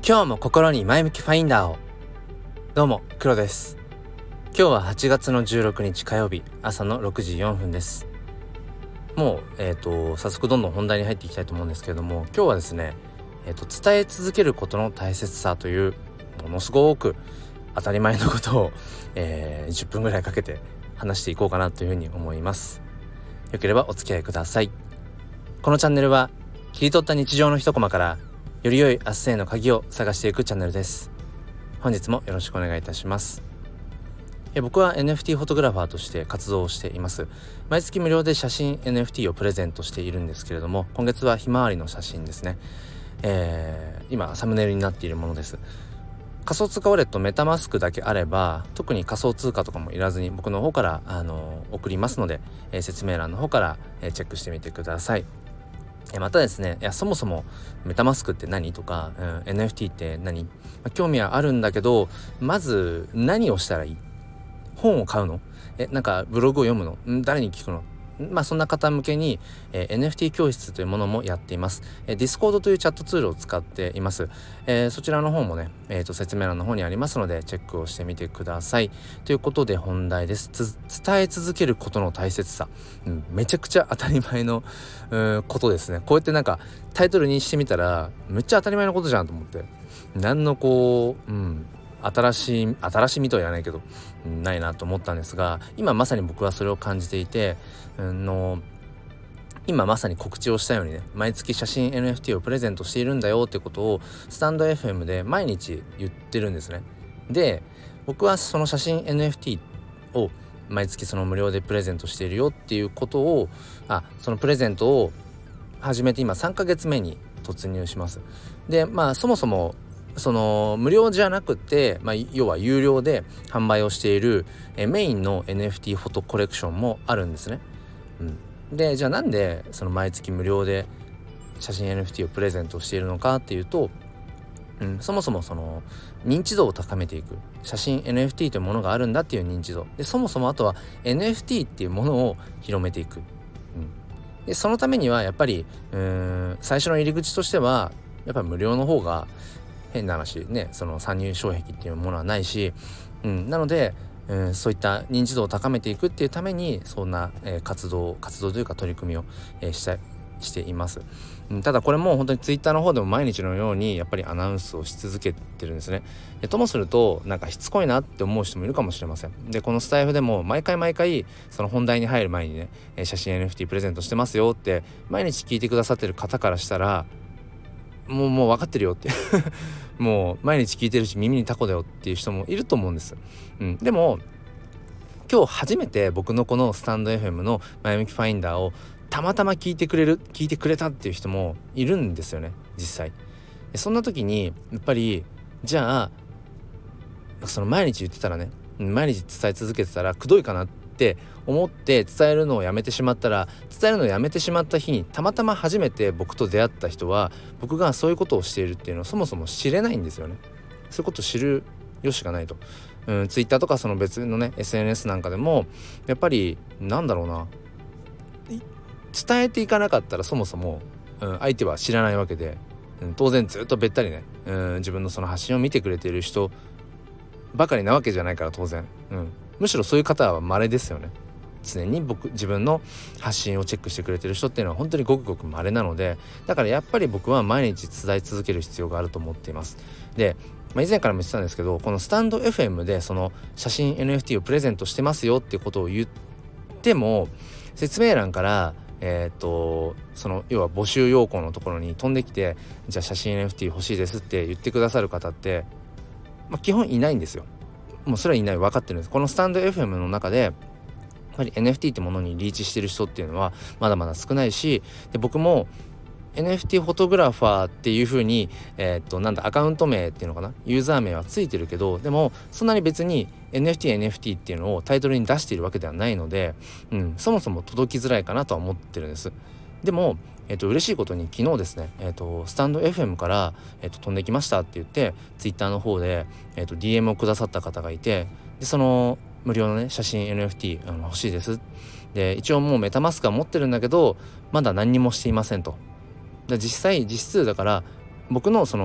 今日も心に前向きファインダーを。どうも黒です。今日は8月の16日火曜日朝の6時4分です。もう早速どんどん本題に入っていきたいと思うんですけれども、今日はですね、伝え続けることの大切さというものすごく当たり前のことを、10分ぐらいかけて話していこうかなというふうに思います。よければお付き合いください。このチャンネルは切り取った日常の一コマからより良い明日への鍵を探していくチャンネルです。本日もよろしくお願いいたします。僕は NFT フォトグラファーとして活動をしています。毎月無料で写真 NFT をプレゼントしているんですけれども、今月はひまわりの写真ですね。今サムネイルになっているものです。仮想通貨ウォレットメタマスクだけあれば、特に仮想通貨とかもいらずに僕の方から送りますので、説明欄の方から、チェックしてみてください。またですね、そもそもメタマスクって何とか、NFT って何、興味はあるんだけど、まず何をしたらいい？本を買うの？なんかブログを読むの？誰に聞くの？そんな方向けに、NFT 教室というものもやっています。Discord というチャットツールを使っています。そちらの方もね、説明欄の方にありますのでチェックをしてみてください。ということで本題です。伝え続けることの大切さ、めちゃくちゃ当たり前のことですね。こうやってなんかタイトルにしてみたらめっちゃ当たり前のことじゃんと思って、何の新しみとは言わないけどないなと思ったんですが、今まさに僕はそれを感じていて、今まさに告知をしたようにね、毎月写真 NFT をプレゼントしているんだよってことをスタンド FM で毎日言ってるんですね。で、僕はその写真 NFT を毎月その無料でプレゼントしているよっていうことを、そのプレゼントを始めて今3ヶ月目に突入します。で、そもそもその無料じゃなくて、要は有料で販売をしているメインの NFT フォトコレクションもあるんですね。で、じゃあなんでその毎月無料で写真 NFT をプレゼントしているのかっていうと、そもそもその認知度を高めていく、写真 NFT というものがあるんだっていう認知度で、そもそもあとは NFT っていうものを広めていく、でそのためにはやっぱり最初の入り口としてはやっぱり無料の方が、変な話ね、その参入障壁っていうものはないし、なので、そういった認知度を高めていくっていうためにそんな、活動というか取り組みを、しています。ただこれも本当にツイッターの方でも毎日のようにやっぱりアナウンスをし続けてるんですね。ともするとなんかしつこいなって思う人もいるかもしれません。で、このスタイフでも毎回その本題に入る前にね、写真 NFT プレゼントしてますよって毎日聞いてくださってる方からしたら、もう分かってるよってもう毎日聞いてるし耳にタコだよっていう人もいると思うんです。でも今日初めて僕のこのスタンド FM の前向きファインダーをたまたま聞いてくれたっていう人もいるんですよね、実際。そんな時にやっぱりじゃあその毎日言ってたらね、毎日伝え続けてたらくどいかなって思って伝えるのをやめてしまったら、伝えるのをやめてしまった日にたまたま初めて僕と出会った人は僕がそういうことをしているっていうのをそもそも知れないんですよね。そういうことを知るよしがないと。ツイッターとかその別のね SNS なんかでもやっぱり伝えていかなかったらそもそも、相手は知らないわけで、当然ずっとべったりね、自分のその発信を見てくれている人ばかりなわけじゃないから当然、むしろそういう方は稀ですよね。常に自分の発信をチェックしてくれてる人っていうのは本当にごくごく稀なので、だからやっぱり僕は毎日伝え続ける必要があると思っています。で、以前からも言ってたんですけど、このスタンド FM でその写真 NFT をプレゼントしてますよっていうことを言っても、説明欄からその要は募集要項のところに飛んできて、じゃあ写真 NFT 欲しいですって言ってくださる方って、基本いないんですよ。もうそれはいない、分かってるんです。このスタンド FM の中でやっぱり NFT ってものにリーチしてる人っていうのはまだまだ少ないし、で僕も NFT フォトグラファーっていう風にアカウント名っていうのかな、ユーザー名はついてるけど、でもそんなに別に NFT っていうのをタイトルに出しているわけではないので、そもそも届きづらいかなとは思ってるんです。でも嬉しいことに昨日ですね、スタンド FM から、飛んできましたって言ってツイッターの方で、DM をくださった方がいて、でその無料のね写真 NFT 欲しいです。で一応もうメタマスクは持ってるんだけどまだ何にもしていませんと。実質だから僕のその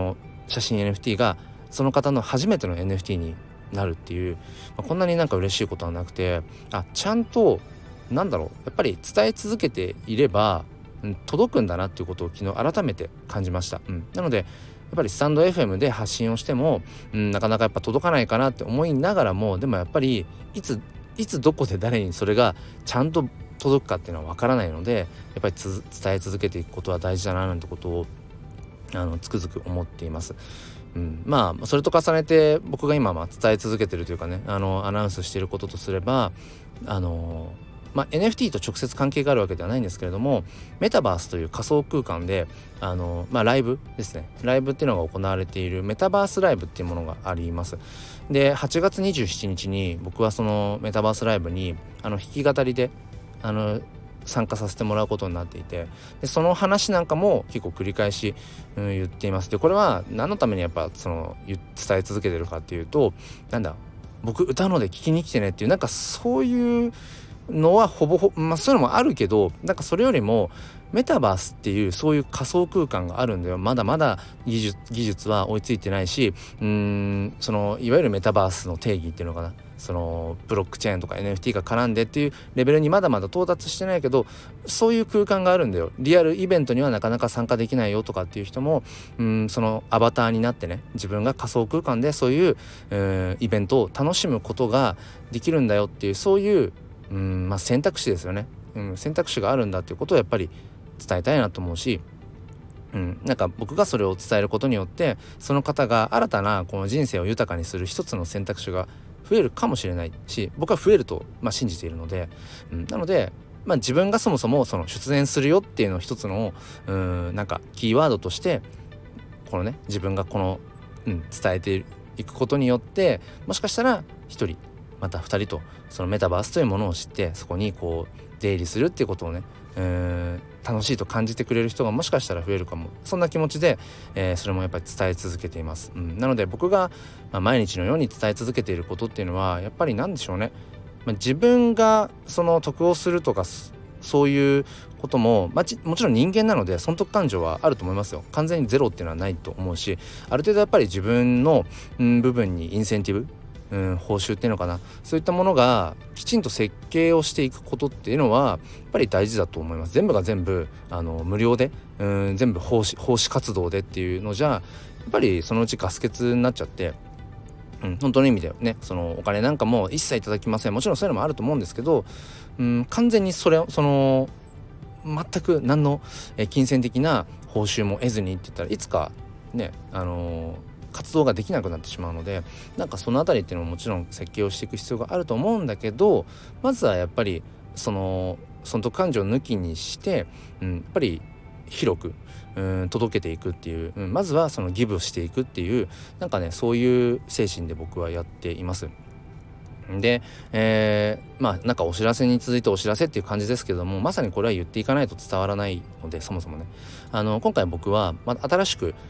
写真 NFT がその方の初めての NFT になるっていう、こんなになんか嬉しいことはなくて、ちゃんとやっぱり伝え続けていれば、届くんだなっていうことを昨日改めて感じました。なのでやっぱりスタンド FM で発信をしても、なかなかやっぱ届かないかなって思いながらも、でもやっぱりいつどこで誰にそれがちゃんと届くかっていうのは分からないので、やっぱり伝え続けていくことは大事だななんてことをつくづく思っています。それと重ねて僕が今伝え続けてるというかね、アナウンスしていることとすれば、NFT と直接関係があるわけではないんですけれども、メタバースという仮想空間でライブですね、ライブっていうのが行われているメタバースライブっていうものがあります。で8月27日に僕はそのメタバースライブに弾き語りで参加させてもらうことになっていて、でその話なんかも結構繰り返し、言っています。でこれは何のためにやっぱ伝え続けてるかっていうと、僕歌うので聞きに来てねっていうそういうのはそういうのもあるけど、それよりもメタバースっていうそういう仮想空間があるんだよ、まだまだ技術は追いついてないし、いわゆるメタバースの定義っていうのかな、ブロックチェーンとか NFT が絡んでっていうレベルにまだまだ到達してないけど、そういう空間があるんだよ、リアルイベントにはなかなか参加できないよとかっていう人も、そのアバターになってね、自分が仮想空間でそういう、イベントを楽しむことができるんだよっていう、そういう選択肢ですよね、選択肢があるんだっていうことをやっぱり伝えたいなと思うし、僕がそれを伝えることによってその方が新たなこの人生を豊かにする一つの選択肢が増えるかもしれないし、僕は増えると信じているので、なので自分がそもそもその出演するよっていうのを一つのキーワードとしてこのね、自分が伝えていくことによって、もしかしたら一人また2人とそのメタバースというものを知ってそこに出入りするっていうことをね、楽しいと感じてくれる人がもしかしたら増えるかも、そんな気持ちで、それもやっぱり伝え続けています。なので僕が、毎日のように伝え続けていることっていうのはやっぱりなんでしょうね、自分がその得をするとかそういうことも、もちろん人間なので損得感情はあると思いますよ。完全にゼロっていうのはないと思うし、ある程度やっぱり自分の、部分にインセンティブ、報酬っていうのかな、そういったものがきちんと設計をしていくことっていうのはやっぱり大事だと思います。全部が全部無料で全部奉仕活動でっていうのじゃやっぱりそのうちガス欠になっちゃって、本当の意味でね、そのお金なんかも一切いただきません、もちろんそういうのもあると思うんですけど、完全に全く何の金銭的な報酬も得ずにって言ったらいつかね活動ができなくなってしまうので、そのあたりっていうのももちろん設計をしていく必要があると思うんだけど、まずはやっぱり損得感情抜きにして、やっぱり広く届けていくっていう、まずはそのギブしていくっていうそういう精神で僕はやっています。で、お知らせに続いてお知らせっていう感じですけども、まさにこれは言っていかないと伝わらないので、そもそもね今回僕は新しく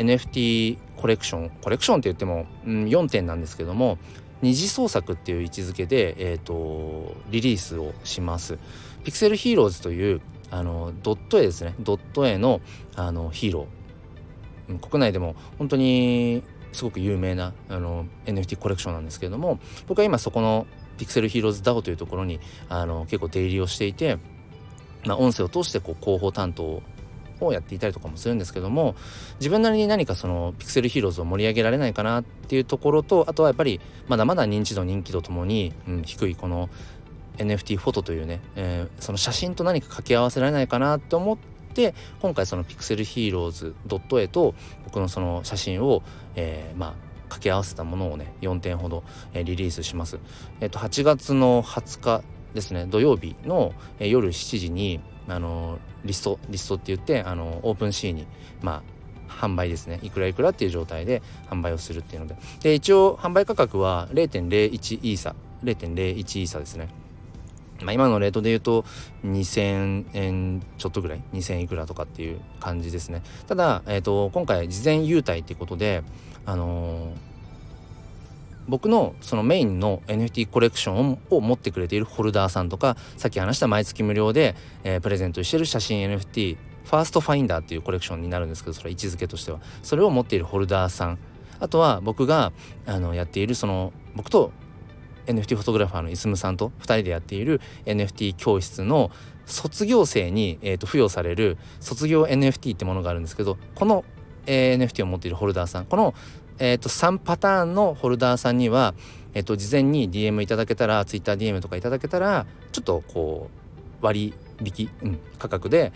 NFT コレクションって言っても、4点なんですけども、二次創作っていう位置づけで、リリースをします。ピクセルヒーローズというドット絵ですね、ドット絵のヒーロー、国内でも本当にすごく有名なNFT コレクションなんですけれども、僕は今そこのピクセルヒーローズ DAO というところに結構出入りをしていて、音声を通して広報担当をやっていたりとかもするんですけども、自分なりに何かそのピクセルヒーローズを盛り上げられないかなっていうところと、あとはやっぱりまだまだ人気度ともに、低いこの NFT フォトというね、その写真と何か掛け合わせられないかなと思って、今回そのピクセルヒーローズドット絵と僕のその写真を、掛け合わせたものをね4点ほど、リリースします。8月の20日ですね、土曜日の、夜7時にリストって言ってオープンシーに販売ですね、いくらっていう状態で販売をするっていうので、一応販売価格は 0.01 イーサですね。今のレートで言うと2000円ちょっとぐらい、2000いくらとかっていう感じですね。ただ、今回事前優待っていうことで僕のそのメインの NFT コレクションを持ってくれているホルダーさんとか、さっき話した毎月無料で、プレゼントしている写真 NFT ファーストファインダーっていうコレクションになるんですけど、それは位置づけとしてはそれを持っているホルダーさん、あとは僕がやっている僕と NFT フォトグラファーのイスムさんと2人でやっている NFT 教室の卒業生に、付与される卒業 NFT ってものがあるんですけど、この、NFT を持っているホルダーさん、この、3パターンのホルダーさんには、事前に DM いただけたら TwitterDM とかいただけたらちょっとこう割引、価格で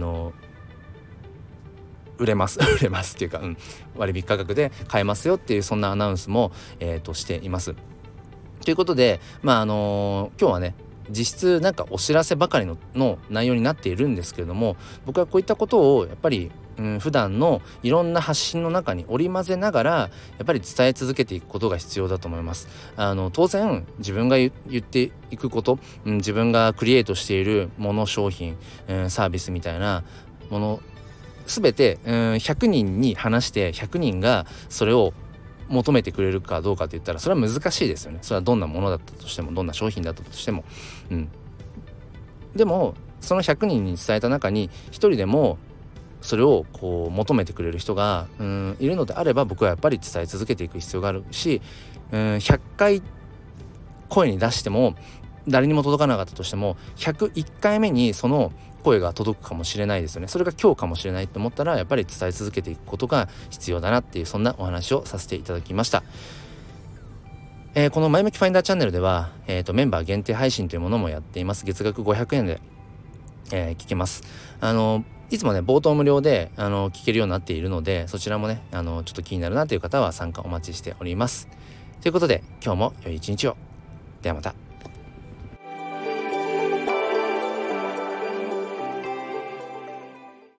売れます売れますっていうか、割引価格で買えますよっていう、そんなアナウンスも、しています。ということで今日はね実質なんかお知らせばかりの内容になっているんですけれども、僕はこういったことをやっぱり、普段のいろんな発信の中に織り交ぜながらやっぱり伝え続けていくことが必要だと思います。当然自分が言っていくこと、自分がクリエイトしているもの、商品、サービスみたいなもの全て、100人に話して100人がそれを求めてくれるかどうかって言ったらそれは難しいですよね。それはどんなものだったとしても、どんな商品だったとしても、でもその100人に伝えた中に1人でもそれをこう求めてくれる人がいるのであれば、僕はやっぱり伝え続けていく必要があるし、100回声に出しても誰にも届かなかったとしても101回目にその声が届くかもしれないですよね。それが今日かもしれないと思ったらやっぱり伝え続けていくことが必要だなっていう、そんなお話をさせていただきました。この前向きファインダーチャンネルでは、メンバー限定配信というものもやっています。月額500円で、聞けます。いつもね冒頭無料で聞けるようになっているので、そちらもねちょっと気になるなという方は参加お待ちしております。ということで今日も良い一日を。ではまた。